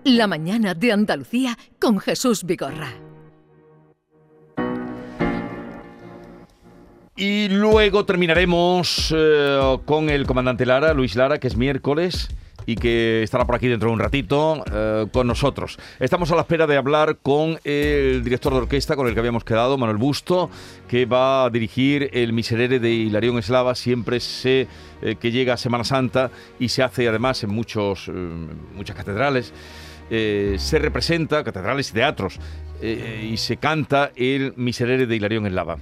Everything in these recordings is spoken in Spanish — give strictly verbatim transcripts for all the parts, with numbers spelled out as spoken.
La mañana de Andalucía con Jesús Vigorra. Y luego terminaremos eh, con el comandante Lara, Luis Lara, que es miércoles y que estará por aquí dentro de un ratito eh, con nosotros. Estamos a la espera de hablar con el director de orquesta con el que habíamos quedado, Manuel Busto, que va a dirigir el Miserere de Hilarión Eslava. Siempre sé eh, que llega Semana Santa y se hace además en muchos, eh, muchas catedrales. Eh, se representa, catedrales y teatros, eh, y se canta el Miserere de Hilarión Eslava.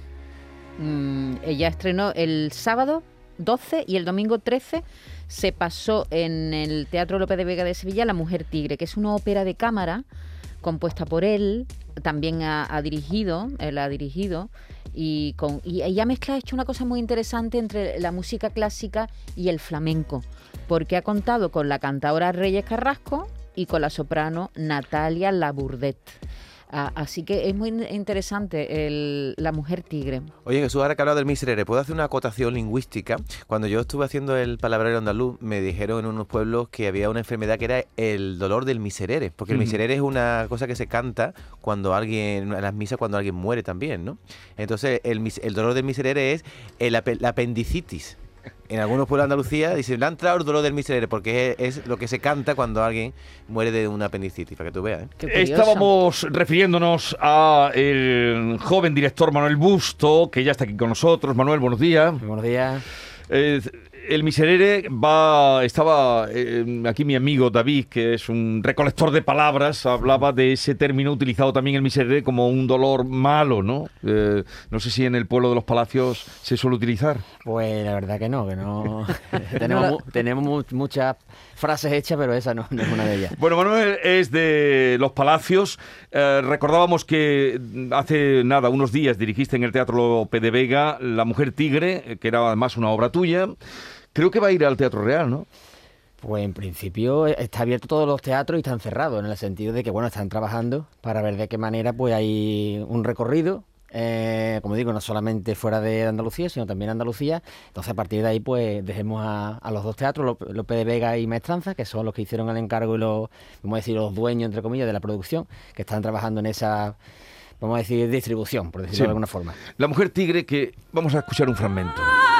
Mm, ella estrenó el sábado doce y el domingo trece se pasó en el Teatro Lope de Vega de Sevilla La Mujer Tigre, que es una ópera de cámara compuesta por él, también ha, ha dirigido, él ha dirigido y, con, y ella mezcla, ha hecho una cosa muy interesante entre la música clásica y el flamenco, porque ha contado con la cantadora Reyes Carrasco y con la soprano Natalia Labourdet. Ah, así que es muy interesante el, La Mujer Tigre. Oye, Jesús, ahora que hablas del Miserere, ¿puedo hacer una acotación lingüística? Cuando yo estuve haciendo el palabrero andaluz, me dijeron en unos pueblos que había una enfermedad que era el dolor del Miserere, porque el Miserere es una cosa que se canta cuando alguien, en las misas, cuando alguien muere también, ¿no? Entonces, el, el dolor del Miserere es el, la apendicitis. En algunos pueblos de Andalucía dicen, le ha entrado el dolor del Miserere, porque es, es lo que se canta cuando alguien muere de una apendicitis, para que tú veas, ¿eh? Estábamos refiriéndonos a el joven director Manuel Busto, que ya está aquí con nosotros. Manuel, buenos días. Muy buenos días. Eh, el Miserere va, estaba eh, aquí mi amigo David, que es un recolector de palabras, hablaba de ese término utilizado también el Miserere como un dolor malo, ¿no? Eh, no sé si en el pueblo de los Palacios se suele utilizar. Pues la verdad que no, que no. tenemos mu tenemos mu muchas frases hechas, pero esa no, no es una de ellas. Bueno, Manuel es de los Palacios. Eh, recordábamos que hace nada, unos días, dirigiste en el Teatro Lope de Vega La Mujer Tigre, que era además una obra tuya. Creo que va a ir al Teatro Real, ¿no? Pues en principio está abierto todos los teatros y están cerrados, en el sentido de que, bueno, están trabajando para ver de qué manera pues hay un recorrido, eh, como digo, no solamente fuera de Andalucía, sino también Andalucía. Entonces, a partir de ahí, pues dejemos a, a los dos teatros, Lope de Vega y Maestranza, que son los que hicieron el encargo y los, vamos a decir, los dueños, entre comillas, de la producción, que están trabajando en esa, vamos a decir, distribución, por decirlo sí. de alguna forma. La Mujer Tigre, que vamos a escuchar un fragmento.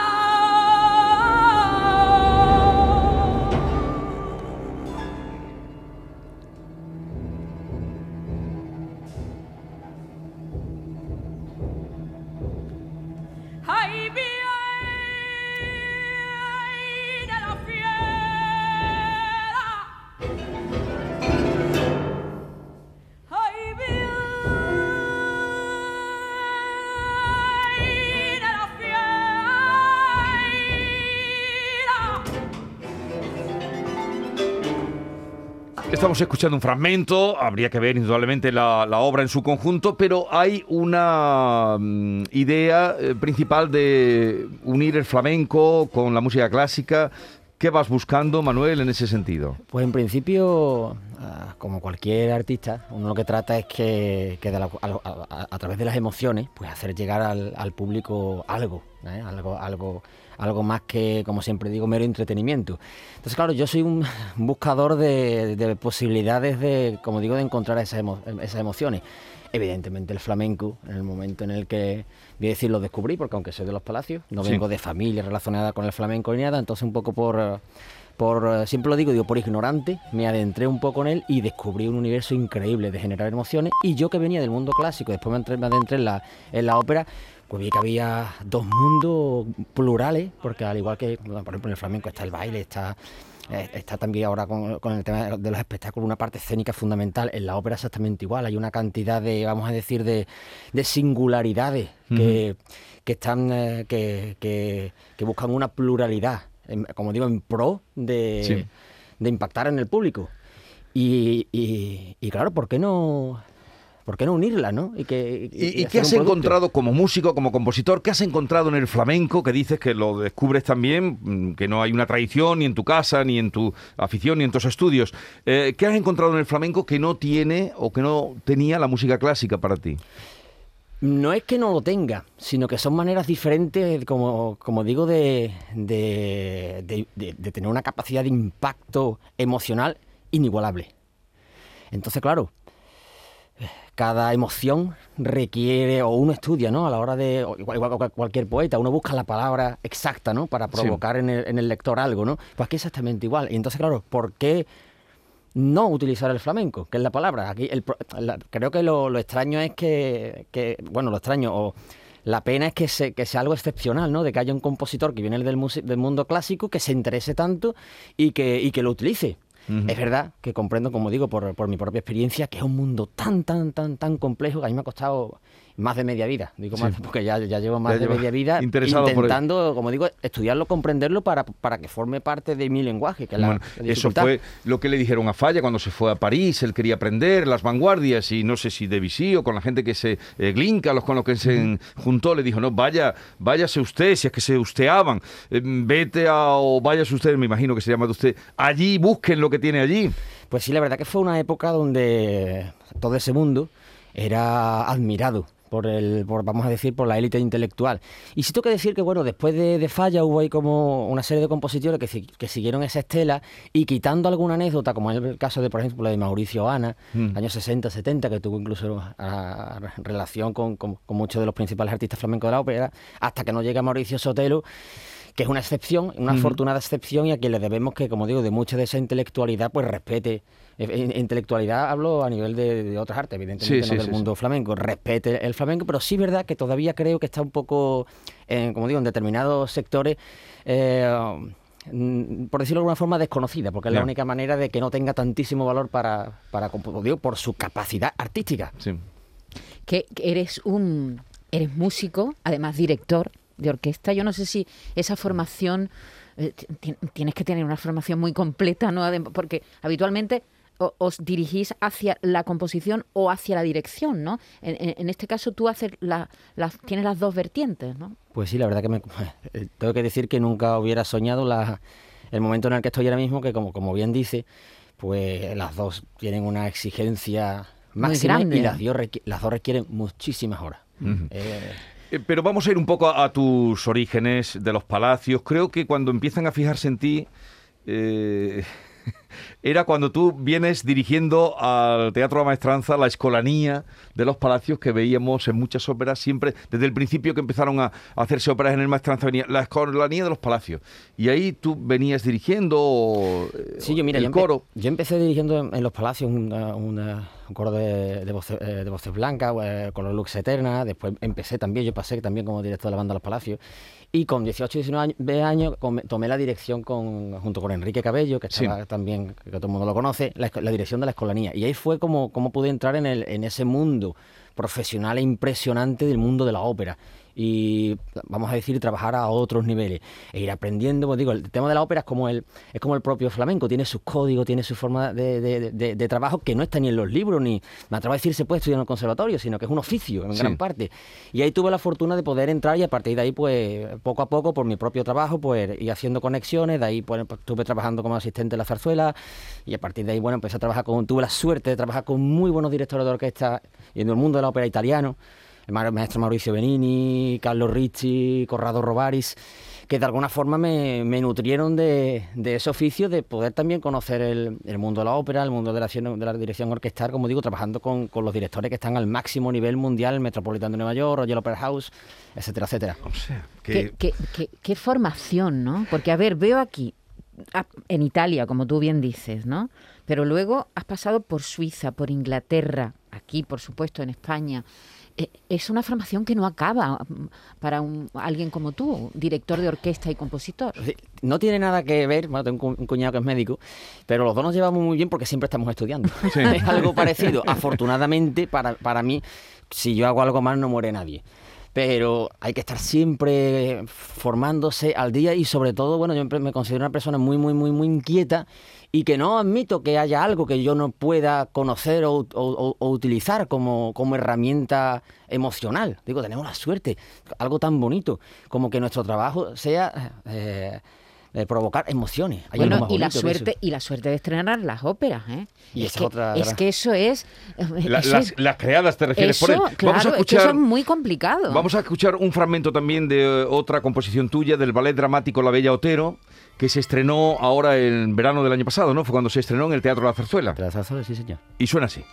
Estamos escuchando un fragmento, habría que ver indudablemente la, la obra en su conjunto, pero hay una um, idea eh, principal de unir el flamenco con la música clásica. ¿Qué vas buscando, Manuel, en ese sentido? Pues en principio, como cualquier artista, uno lo que trata es que, que de la, a, a, a través de las emociones, pues hacer llegar al, al público algo, ¿eh? algo, algo, algo más que, como siempre digo, mero entretenimiento. Entonces, claro, yo soy un buscador de, de posibilidades de, como digo, de encontrar esas, emo, esas emociones. Evidentemente el flamenco, en el momento en el que, voy a decir, lo descubrí, porque aunque soy de los Palacios, no vengo sí. de familia relacionada con el flamenco ni nada, entonces un poco por, por, siempre lo digo, digo, por ignorante, me adentré un poco en él y descubrí un universo increíble de generar emociones. Y yo, que venía del mundo clásico, después me, entré, me adentré en la, en la ópera, pues vi que había dos mundos plurales, porque al igual que, por ejemplo, en el flamenco está el baile, está... Está también ahora con, con el tema de los espectáculos una parte escénica fundamental. En la ópera exactamente igual. Hay una cantidad de, vamos a decir, de, de singularidades uh-huh. que, que están eh, que, que, que buscan una pluralidad, en, como digo, en pro de, sí. de impactar en el público. Y, y, y claro, ¿por qué no...? ¿Por qué no unirla, no? ¿Y, que, y, ¿Y, y qué has encontrado como músico, como compositor? ¿Qué has encontrado en el flamenco? Que dices que lo descubres también, que no hay una tradición ni en tu casa, ni en tu afición, ni en tus estudios. Eh, ¿Qué has encontrado en el flamenco que no tiene o que no tenía la música clásica para ti? No es que no lo tenga, sino que son maneras diferentes, como, como digo, de, de, de, de, de tener una capacidad de impacto emocional inigualable. Entonces, claro, cada emoción requiere, o uno estudia, ¿no? A la hora de, igual, igual cualquier poeta, uno busca la palabra exacta, ¿no? Para provocar sí. en, el, en el lector algo, ¿no? Pues aquí exactamente igual. Y entonces, claro, ¿por qué no utilizar el flamenco? Que es la palabra. Aquí el, la, creo que lo, lo extraño es que, que, bueno, lo extraño, o la pena es que, se, que sea algo excepcional, ¿no? De que haya un compositor que viene del, del mundo clásico, que se interese tanto y que, y que lo utilice. Uh-huh. Es verdad que comprendo, como digo, por, por mi propia experiencia, que es un mundo tan, tan, tan, tan complejo que a mí me ha costado más de media vida. Digo sí. más, porque ya, ya llevo más ya de media vida intentando, como digo, estudiarlo, comprenderlo para, para que forme parte de mi lenguaje. Que es bueno, la, la eso fue lo que le dijeron a Falla cuando se fue a París. Él quería aprender las vanguardias y no sé si Debussy o con la gente que se... Eh, Glinka, los con los que se uh-huh. juntó, le dijo, no, vaya, váyase usted, si es que se usteaban, eh, vete a... o váyase usted, me imagino que se llama de usted, allí, busquen lo que tiene allí. Pues sí, la verdad que fue una época donde todo ese mundo era admirado por el, por, vamos a decir, por la élite intelectual. Y sí tengo que decir que, bueno, después de, de Falla hubo ahí como una serie de compositores que, que siguieron esa estela y quitando alguna anécdota, como es el caso de, por ejemplo, de Mauricio Ana, mm. años sesenta, setenta, que tuvo incluso a, a, relación con, con, con muchos de los principales artistas flamencos de la ópera, hasta que no llega Mauricio Sotelo, que es una excepción, una uh-huh. afortunada excepción, y a quien le debemos que, como digo, de mucha de esa intelectualidad, pues respete. Eh, intelectualidad hablo a nivel de, de otras artes, evidentemente, sí, no sí, del sí, mundo sí. flamenco, respete el flamenco, pero sí es verdad que todavía creo que está un poco, en, como digo, en determinados sectores, eh, por decirlo de alguna forma, desconocida, porque es yeah. la única manera de que no tenga tantísimo valor para, para como digo, por su capacidad artística. Sí. Que eres un eres músico, además director de orquesta. Yo no sé si esa formación, eh, t- tienes que tener una formación muy completa, ¿no? Porque habitualmente o, os dirigís hacia la composición o hacia la dirección, ¿no? En, en, en este caso tú haces la, la, tienes las dos vertientes, ¿no? Pues sí, la verdad que me, tengo que decir que nunca hubiera soñado la, el momento en el que estoy ahora mismo, que como, como bien dice, pues las dos tienen una exigencia máxima y las, requ- las dos requieren muchísimas horas. Uh-huh. Eh, Pero vamos a ir un poco a, a tus orígenes de los Palacios. Creo que cuando empiezan a fijarse en ti, eh, era cuando tú vienes dirigiendo al Teatro La Maestranza la escolanía de los Palacios que veíamos en muchas óperas siempre, desde el principio que empezaron a, a hacerse óperas en el Maestranza, venía la escolanía de los Palacios. Y ahí tú venías dirigiendo eh, sí, yo, mira, el yo coro. Empe- yo empecé dirigiendo en, en los Palacios una, una, un coro de, de, voces, eh, de voces blancas, eh, con los Lux Eterna. Después empecé también, yo pasé también como director de la banda de los Palacios. Y con dieciocho, diecinueve años tomé la dirección con, junto con Enrique Cabello, que estaba sí. también, que todo el mundo lo conoce, la, la dirección de la escolanía. Y ahí fue como, como pude entrar en, el, en ese mundo profesional e impresionante del mundo de la ópera. Y vamos a decir, trabajar a otros niveles e ir aprendiendo. Pues digo, el tema de la ópera es como el es como el propio flamenco, tiene sus códigos, tiene su forma de, de, de, de trabajo que no está ni en los libros, ni me atrevo a decir se puede estudiar en el conservatorio, sino que es un oficio en sí. gran parte. Y ahí tuve la fortuna de poder entrar y a partir de ahí, pues poco a poco, por mi propio trabajo, pues ir haciendo conexiones. De ahí pues estuve trabajando como asistente de la zarzuela y a partir de ahí, bueno, empecé a trabajar con, tuve la suerte de trabajar con muy buenos directores de orquesta y en el mundo de la ópera italiano. El maestro Mauricio Benini, Carlo Ricci, Corrado Robaris, que de alguna forma me, me nutrieron de, de ese oficio, de poder también conocer el, el mundo de la ópera, el mundo de la, de la dirección orquestal, como digo, trabajando con, con los directores que están al máximo nivel mundial, el Metropolitan de Nueva York, Royal Opera House, etcétera, etcétera. O sea, que... ¿Qué, qué, qué, qué formación, ¿no? Porque, a ver, veo aquí, en Italia, como tú bien dices, ¿no? Pero luego has pasado por Suiza, por Inglaterra, aquí, por supuesto, en España. Es una formación que no acaba para un, alguien como tú, director de orquesta y compositor. No tiene nada que ver, bueno, tengo un cuñado que es médico, pero los dos nos llevamos muy bien porque siempre estamos estudiando. Sí. Es algo parecido. Afortunadamente, para, para mí, si yo hago algo mal no muere nadie. Pero hay que estar siempre formándose al día y sobre todo, bueno, yo me considero una persona muy, muy, muy, muy inquieta y que no admito que haya algo que yo no pueda conocer o, o, o utilizar como, como herramienta emocional. Digo, tenemos la suerte, algo tan bonito como que nuestro trabajo sea... Eh, de provocar emociones. Hay bueno, y la suerte y la suerte de estrenar las óperas, ¿eh? Y es, es, que, otra es que eso es... La, eso las, es las creadas, ¿te refieres? eso, por él. Claro, vamos a escuchar, es que eso es muy complicado. Vamos a escuchar un fragmento también de otra composición tuya, del ballet dramático La Bella Otero, que se estrenó ahora en verano del año pasado, ¿no? Fue cuando se estrenó en el Teatro La Zarzuela. ¿Te la sabes? Sí, señor. Y suena así.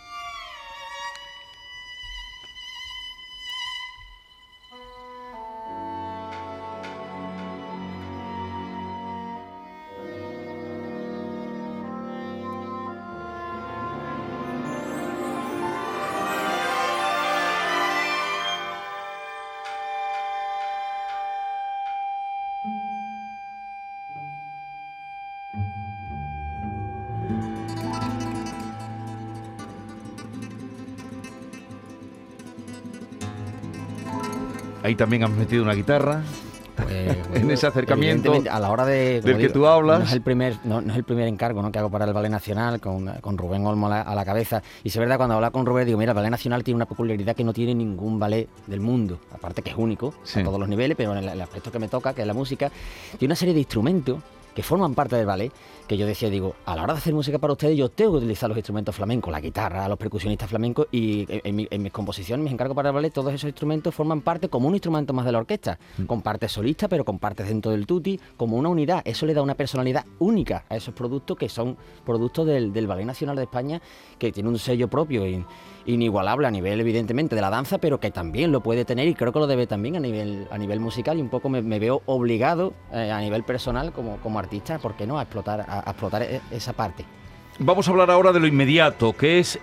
Ahí también has metido una guitarra. Pues, en ese acercamiento a la hora de, del digo, que tú hablas. No es el primer, no, no es el primer encargo, ¿no?, que hago para el Ballet Nacional, con, con Rubén Olmo a la, a la cabeza. Y es verdad, cuando habla con Rubén, digo, mira, el Ballet Nacional tiene una peculiaridad que no tiene ningún ballet del mundo. Aparte que es único, sí, a todos los niveles, pero en el, el aspecto que me toca, que es la música, tiene una serie de instrumentos que forman parte del ballet, que yo decía, digo, a la hora de hacer música para ustedes, yo tengo que utilizar los instrumentos flamencos, la guitarra, los percusionistas flamencos, y en, en, mi, en mis composiciones, mis encargos para el ballet, todos esos instrumentos forman parte como un instrumento más de la orquesta, mm. con partes solistas, pero con partes dentro del tutti, como una unidad. Eso le da una personalidad única a esos productos, que son productos del, del Ballet Nacional de España, que tiene un sello propio y inigualable a nivel, evidentemente, de la danza, pero que también lo puede tener, y creo que lo debe también a nivel, a nivel musical, y un poco me, me veo obligado eh, a nivel personal como, como artista, ¿por qué no?, a explotar, a, a explotar esa parte. Vamos a hablar ahora de lo inmediato, que es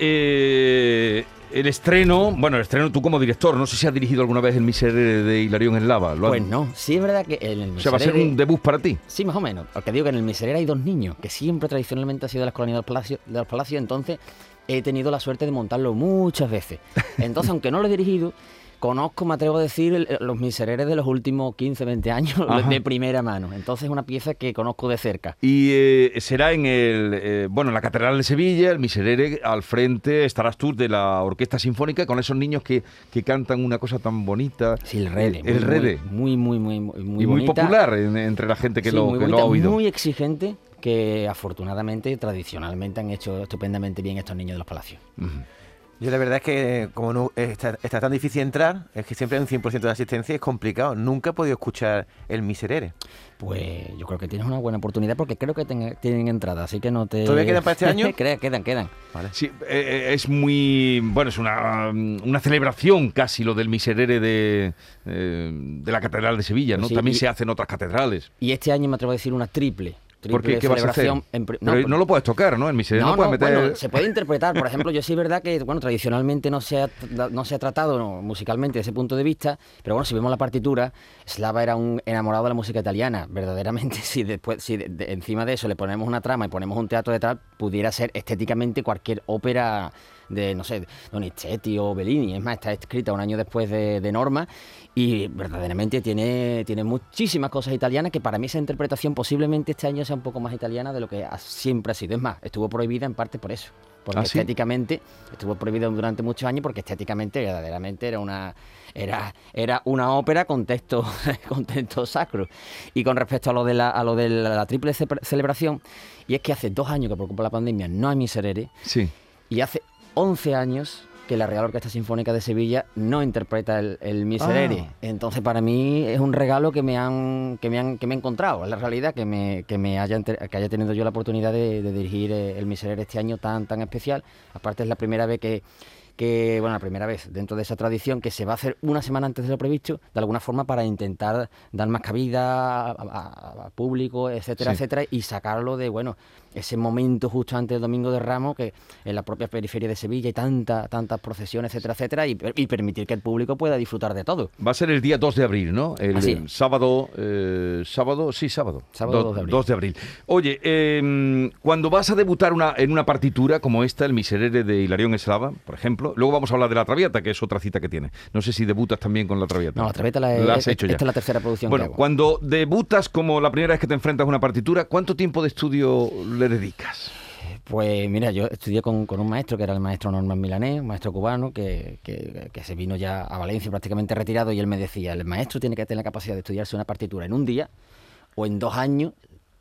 eh, el estreno, bueno, el estreno tú como director, no sé si has dirigido alguna vez el Miserere de Hilarión Eslava. ¿Lo pues has... no, sí es verdad que en el Miserere... O sea, va a ser un debut para ti. Sí, más o menos, porque digo que en el Miserere hay dos niños, que siempre tradicionalmente ha sido de las colonias de los palacios, de los palacios, entonces he tenido la suerte de montarlo muchas veces. Entonces, aunque no lo he dirigido, conozco, me atrevo a decir, los Misereres de los últimos quince, veinte años. Ajá. De primera mano. Entonces es una pieza que conozco de cerca. Y eh, será en el eh, bueno, en la Catedral de Sevilla, el Miserere, al frente estarás tú de la Orquesta Sinfónica, con esos niños que, que cantan una cosa tan bonita. Sí, el Rede. El, el Rede. Muy, muy, muy, muy, muy Y muy bonita. popular en, entre la gente que, sí, lo, muy que bonita, lo ha oído. Muy exigente, que afortunadamente, tradicionalmente han hecho estupendamente bien estos niños de los palacios. Uh-huh. Yo la verdad es que como no está, está tan difícil entrar, es que siempre hay un cien por ciento de asistencia, es complicado. Nunca he podido escuchar el Miserere. Pues yo creo que tienes una buena oportunidad, porque creo que ten, tienen entrada, así que no te... ¿Todavía quedan para este año? quedan, quedan. Vale. Sí, eh, es muy... Bueno, es una, una celebración casi lo del Miserere de, eh, de la Catedral de Sevilla, ¿no? Pues sí, También y, se hace en otras catedrales. Y este año me atrevo a decir una triple. ¿Por qué? ¿Qué vas a hacer? En, no, pero no lo puedes tocar, ¿no? El Miserere no, no puedes no, meter... Bueno, se puede interpretar. Por ejemplo, yo sí es verdad que, bueno, tradicionalmente no se ha, no se ha tratado no, musicalmente desde ese punto de vista, pero bueno, si vemos la partitura, Slava era un enamorado de la música italiana. Verdaderamente, si después, si de, de, encima de eso le ponemos una trama y ponemos un teatro detrás, pudiera ser estéticamente cualquier ópera de, no sé, Donizetti o Bellini. Es más, está escrita un año después de, de Norma, y verdaderamente tiene, tiene muchísimas cosas italianas, que para mí esa interpretación posiblemente este año sea un poco más italiana de lo que ha, siempre ha sido. Es más, estuvo prohibida en parte por eso, porque ¿Ah, sí? estéticamente estuvo prohibida durante muchos años, porque estéticamente verdaderamente era una era era una ópera con texto con texto sacro. Y con respecto a lo de la a lo de la, la triple ce- celebración, y es que hace dos años que por culpa de la pandemia no hay Miserere, sí, y hace once años que la Real Orquesta Sinfónica de Sevilla no interpreta el, el Miserere. Ah. Entonces, para mí es un regalo que me han que me han que me he encontrado. Es la realidad, que me que me haya que haya tenido yo la oportunidad de, de dirigir el Miserere este año tan tan especial. Aparte, es la primera vez que que, bueno, la primera vez dentro de esa tradición, que se va a hacer una semana antes de lo previsto, de alguna forma, para intentar dar más cabida a, a, a público, etcétera, sí. etcétera, y sacarlo de, bueno, ese momento justo antes del Domingo de Ramos, que en la propia periferia de Sevilla hay tanta, tantas procesiones, etcétera, etcétera, y, y permitir que el público pueda disfrutar de todo. Va a ser el día dos de abril, ¿no? El, Así. el sábado, eh, sábado, sí, sábado. Sábado Do, dos de abril. dos de abril. Oye, eh, cuando vas a debutar una, en una partitura como esta, el Miserere de Hilarión Eslava, por ejemplo, luego vamos a hablar de La Traviata, que es otra cita que tiene. No sé si debutas también con La Traviata. No, La Traviata la, he, la has hecho esta ya. es la tercera producción bueno, que hago. Cuando debutas como la primera vez que te enfrentas a una partitura, ¿cuánto tiempo de estudio le dedicas? Pues mira, yo estudié con, con un maestro que era el maestro Norman Milanés, un maestro cubano que, que, que se vino ya a Valencia prácticamente retirado, y él me decía, el maestro tiene que tener la capacidad de estudiarse una partitura en un día o en dos años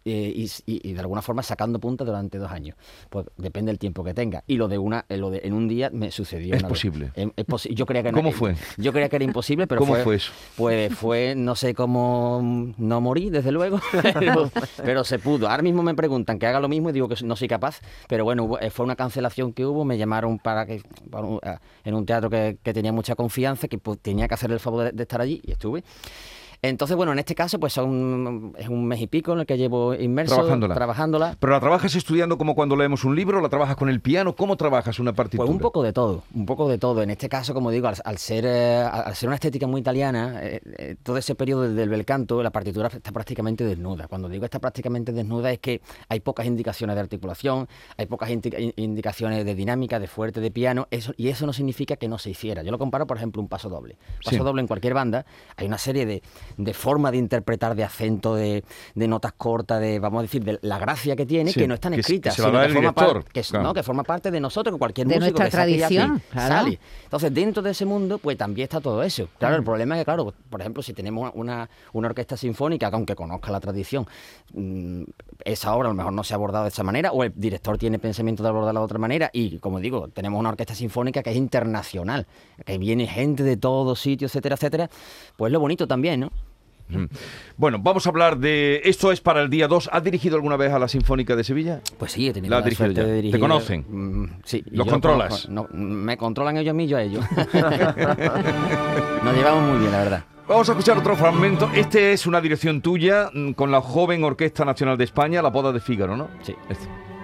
eh, y, y, y de alguna forma sacando punta durante dos años. Pues depende del tiempo que tenga. Y lo de una, eh, lo de en un día me sucedió. Es una posible. Vez. Es, es posi yo creía que ¿Cómo no, fue? Yo creía que era imposible, pero ¿Cómo fue, fue eso? Pues fue, no sé cómo no morí, desde luego, pero, pero se pudo. Ahora mismo me preguntan que haga lo mismo y digo que no soy capaz, pero bueno, hubo, fue una cancelación que hubo, me llamaron para que para un, en un teatro que, que tenía mucha confianza, que pues, tenía que hacer el favor de, de estar allí y estuve. Entonces, bueno, en este caso, pues son, es un mes y pico en el que llevo inmerso trabajándola. trabajándola. ¿Pero la trabajas estudiando como cuando leemos un libro? ¿La trabajas con el piano? ¿Cómo trabajas una partitura? Pues un poco de todo, un poco de todo. En este caso, como digo, al, al ser eh, al ser una estética muy italiana, eh, eh, todo ese periodo del, del bel canto, la partitura está prácticamente desnuda. Cuando digo está prácticamente desnuda es que hay pocas indicaciones de articulación, hay pocas indi indicaciones de dinámica, de fuerte, de piano, eso, y eso no significa que no se hiciera. Yo lo comparo, por ejemplo, un paso doble. Paso Sí. doble en cualquier banda, hay una serie de, de formas de interpretar, de acento, de, de notas cortas, de, vamos a decir, de la gracia que tiene, Sí, que no están que- escritas, que se la sino da que el forma, director, par- que, es- claro. no, que forma parte de nosotros, que cualquier De músico nuestra que saque ya tradición, aquí claro. sale. Entonces, dentro de ese mundo, pues también está todo eso. Claro, el problema es que, claro, por ejemplo, si tenemos una, una orquesta sinfónica, que aunque conozca la tradición, mmm, esa obra a lo mejor no se ha abordado de esa manera, o el director tiene pensamiento de abordarla de otra manera, y como digo, tenemos una orquesta sinfónica que es internacional, que viene gente de todos sitios, etcétera, etcétera, pues lo bonito también, ¿no? Mm. Bueno, vamos a hablar de... Esto es para el día dos. ¿Has dirigido alguna vez a la Sinfónica de Sevilla? Pues sí, he tenido La la, has dirigido suerte ya. de ¿Te dirigir. conocen? Mm, sí. y ¿Los yo controlas? conozco- no, me controlan ellos a mí, yo a ellos. Nos llevamos muy bien, la verdad. Vamos a escuchar otro fragmento. Este es una dirección tuya mm, con la joven Orquesta Nacional de España, La Boda de Fígaro, ¿no? Sí. Este.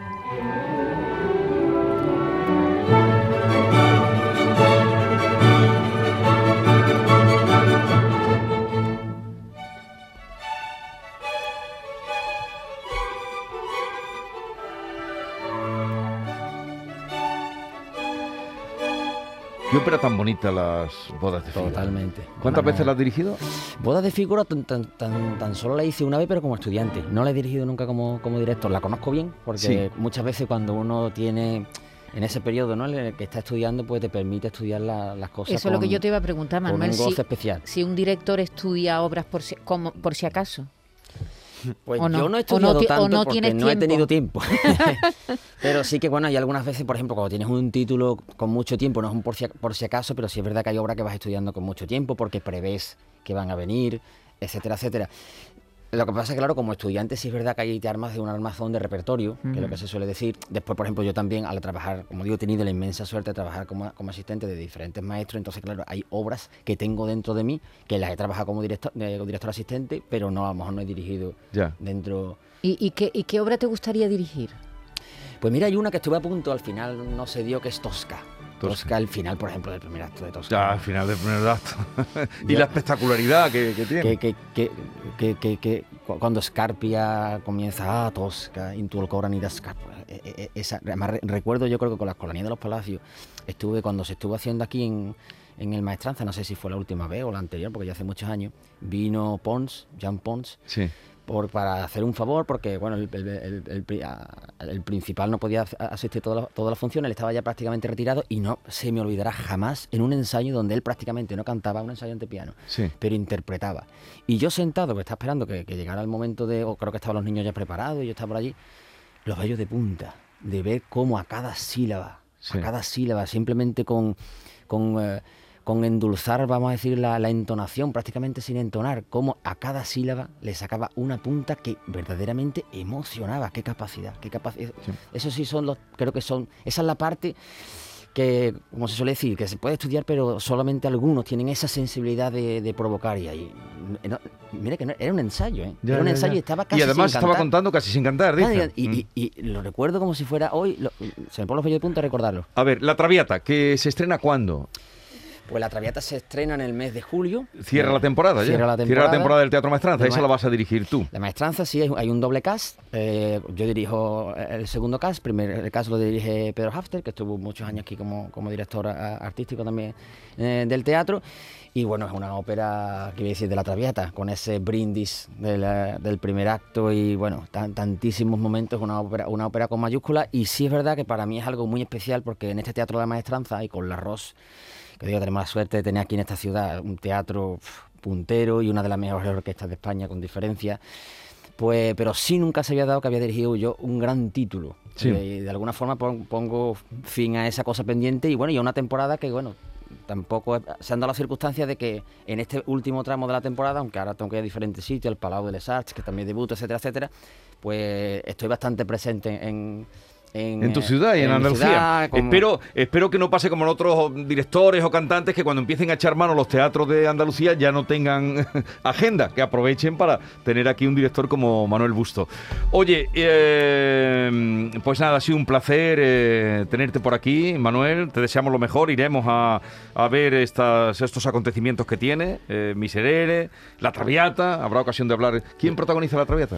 Qué ópera tan bonita, Las Bodas de Fígaro. Totalmente. ¿Cuántas Una- veces la has dirigido? Bodas de Fígaro tan, tan, tan, tan solo la hice una vez, pero como estudiante. No la he dirigido nunca como, como director. La conozco bien, porque Sí. muchas veces cuando uno tiene, en ese periodo, ¿no?, en el que está estudiando, pues te permite estudiar la- las cosas. Eso es lo que con- yo te iba a preguntar, con Manuel. un Si, goce especial. si un director estudia obras por si, como, por si acaso. Pues ¿O no? yo no he ¿O no estudiado ti- o tanto no porque tienes no he tiempo? tenido tiempo. Pero sí que, bueno, hay algunas veces, por ejemplo, cuando tienes un título con mucho tiempo, no es un por si, por si acaso, pero sí es verdad que hay obras que vas estudiando con mucho tiempo porque prevés que van a venir, etcétera, etcétera. Lo que pasa es que, claro, como estudiante sí es verdad que ahí te armas de un armazón de repertorio, que es lo que se suele decir. Después, por ejemplo, yo también al trabajar, como digo, he tenido la inmensa suerte de trabajar como, como asistente de diferentes maestros, entonces, claro, hay obras que tengo dentro de mí, que las he trabajado como director, eh, como director asistente, pero no, a lo mejor no he dirigido Ya. dentro... ¿Y, y, qué, ¿Y qué obra te gustaría dirigir? Pues mira, hay una que estuve a punto, al final no se dio, que es Tosca. Tosca. Tosca, al final, por ejemplo, del primer acto de Tosca. Ya, al final del primer acto. y Ya. la espectacularidad que, que tiene. Que, que, que, que, que, que cu- cuando Scarpia comienza, ah, Tosca, Intu el Coran y da Scarpia. E- e- Esa, además, re- recuerdo yo creo que con las colonias de los palacios, estuve cuando se estuvo haciendo aquí en, en el Maestranza, no sé si fue la última vez o la anterior, porque ya hace muchos años, vino Pons, Jean Pons, Sí. por, para hacer un favor, porque bueno, el, el- el- el pri- a- el principal no podía as- asistir todas las todas las funciones, él estaba ya prácticamente retirado y no se me olvidará jamás en un ensayo donde él prácticamente no cantaba, un ensayo ante piano, Sí. pero interpretaba. Y yo sentado, que estaba esperando que, que llegara el momento de, o creo que estaban los niños ya preparados y yo estaba por allí, los vellos de punta, de ver cómo a cada sílaba, Sí. a cada sílaba, simplemente con... con eh, con endulzar, vamos a decir, la, la entonación, prácticamente sin entonar, cómo a cada sílaba le sacaba una punta que verdaderamente emocionaba. Qué capacidad, qué capacidad. Sí. Eso sí son los, creo que son, esa es la parte que, como se suele decir, que se puede estudiar, pero solamente algunos tienen esa sensibilidad de, de provocar. Y ahí, no, mira que no, era un ensayo, ¿eh? Ya, era un ya, ensayo ya. y estaba casi Y además sin estaba cantar. contando casi sin cantar, Ah, dice. y, Mm. y- y lo recuerdo como si fuera hoy, lo- se me ponen los vellos de punta a recordarlo. A ver, La Traviata, que se estrena ¿cuándo? Pues La Traviata se estrena en el mes de julio. Cierra Eh, la temporada ya. Cierra la Cierra temporada. la temporada del Teatro Maestranza. De Esa ma- la vas a dirigir tú. La Maestranza sí, hay, hay un doble cast. eh, yo dirijo el segundo cast. Primer, el cast lo dirige Pedro Hafter, que estuvo muchos años aquí como, como director a- artístico también eh, del teatro. Y bueno, es una ópera, que voy a decir, de La Traviata, con ese brindis de la- del primer acto y bueno, tan, tantísimos momentos, una ópera, una ópera con mayúsculas. Y sí es verdad que para mí es algo muy especial porque en este Teatro de la Maestranza y con La Ros, que digo, tenemos la suerte de tener aquí en esta ciudad un teatro pf, puntero y una de las mejores orquestas de España con diferencia, Pues, pero sí nunca se había dado que había dirigido yo un gran título. Sí. Eh, de alguna forma pon- pongo fin a esa cosa pendiente y bueno, y a una temporada que bueno, tampoco es- se han dado las circunstancias de que en este último tramo de la temporada, aunque ahora tengo que ir a diferentes sitios, el Palau de Les Arts, que también debuto, etcétera, etcétera, pues estoy bastante presente en... En tu ciudad y en, mi Andalucía. ciudad, como- Espero, espero que no pase como en otros directores o cantantes que cuando empiecen a echar mano los teatros de Andalucía ya no tengan agenda, que aprovechen para tener aquí un director como Manuel Busto. Oye, eh, pues nada, ha sido un placer eh, tenerte por aquí, Manuel. Te deseamos lo mejor. Iremos a, a ver estas, estos acontecimientos que tiene, eh, Miserere, La Traviata. Habrá ocasión de hablar. ¿Quién protagoniza La Traviata?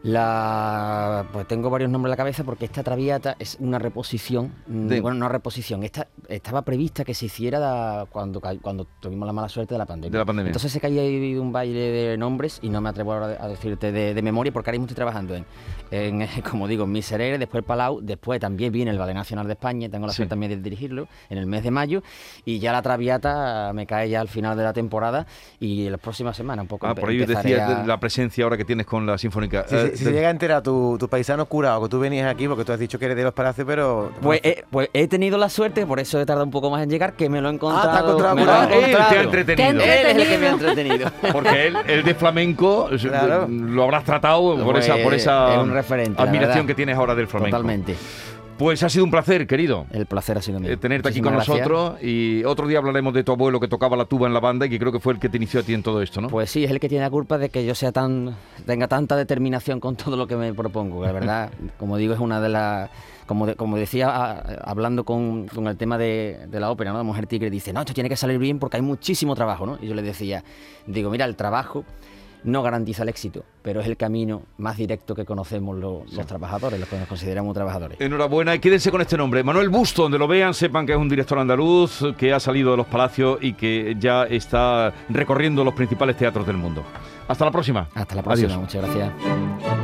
La, pues tengo varios nombres en la cabeza porque esta Traviata es una reposición, mm, De- bueno, no reposición, esta estaba prevista que se hiciera da- cuando, ca- cuando tuvimos la mala suerte de la pandemia. De la pandemia. Entonces se caía ahí un baile de nombres y no me atrevo ahora a decirte de, de memoria porque ahora mismo estoy trabajando en, en como digo, en Miserere, después el Palau, después también viene el Ballet Nacional de España, tengo la Sí. suerte también de dirigirlo en el mes de mayo y ya la Traviata me cae ya al final de la temporada y en las próximas semanas un poco Ah, empe- por ahí empezaré decías a- de la presencia ahora que tienes con la Sinfónica. Si, Eh, si- si de- se llega a enterar tu, tu paisano curado que tú venías aquí, porque tú has dicho que eres de los palacios, pero... Pues, eh, pues he tenido la suerte, por eso he tardado un poco más en llegar, que me lo he encontrado. te ha encontrado me lo he Ah, él te ha encontrado. entretenido. Te ha Él es el que me ha entretenido. Porque él, él de flamenco eh, Claro. lo habrás tratado por Pues, esa, por esa es un referente, la admiración verdad. que tienes ahora del flamenco. Totalmente. Pues ha sido un placer, querido, El placer ha sido mío. eh, tenerte aquí con Muchísimas gracias. nosotros. Y otro día hablaremos de tu abuelo que tocaba la tuba en la banda y que creo que fue el que te inició a ti en todo esto, ¿no? Pues sí, es el que tiene la culpa de que yo sea tan tenga tanta determinación con todo lo que me propongo. La verdad, como digo, es una de las... Como, de- como decía, a- hablando con, con el tema de, de la ópera, ¿no? La Mujer Tigre dice, no, esto tiene que salir bien porque hay muchísimo trabajo, ¿no? Y yo le decía, digo, mira, el trabajo no garantiza el éxito, pero es el camino más directo que conocemos lo- los trabajadores, los que nos consideramos trabajadores. Enhorabuena y quédense con este nombre. Manuel Busto, donde lo vean, sepan que es un director andaluz que ha salido de los palacios y que ya está recorriendo los principales teatros del mundo. Hasta la próxima. Hasta la próxima, Adiós. muchas gracias.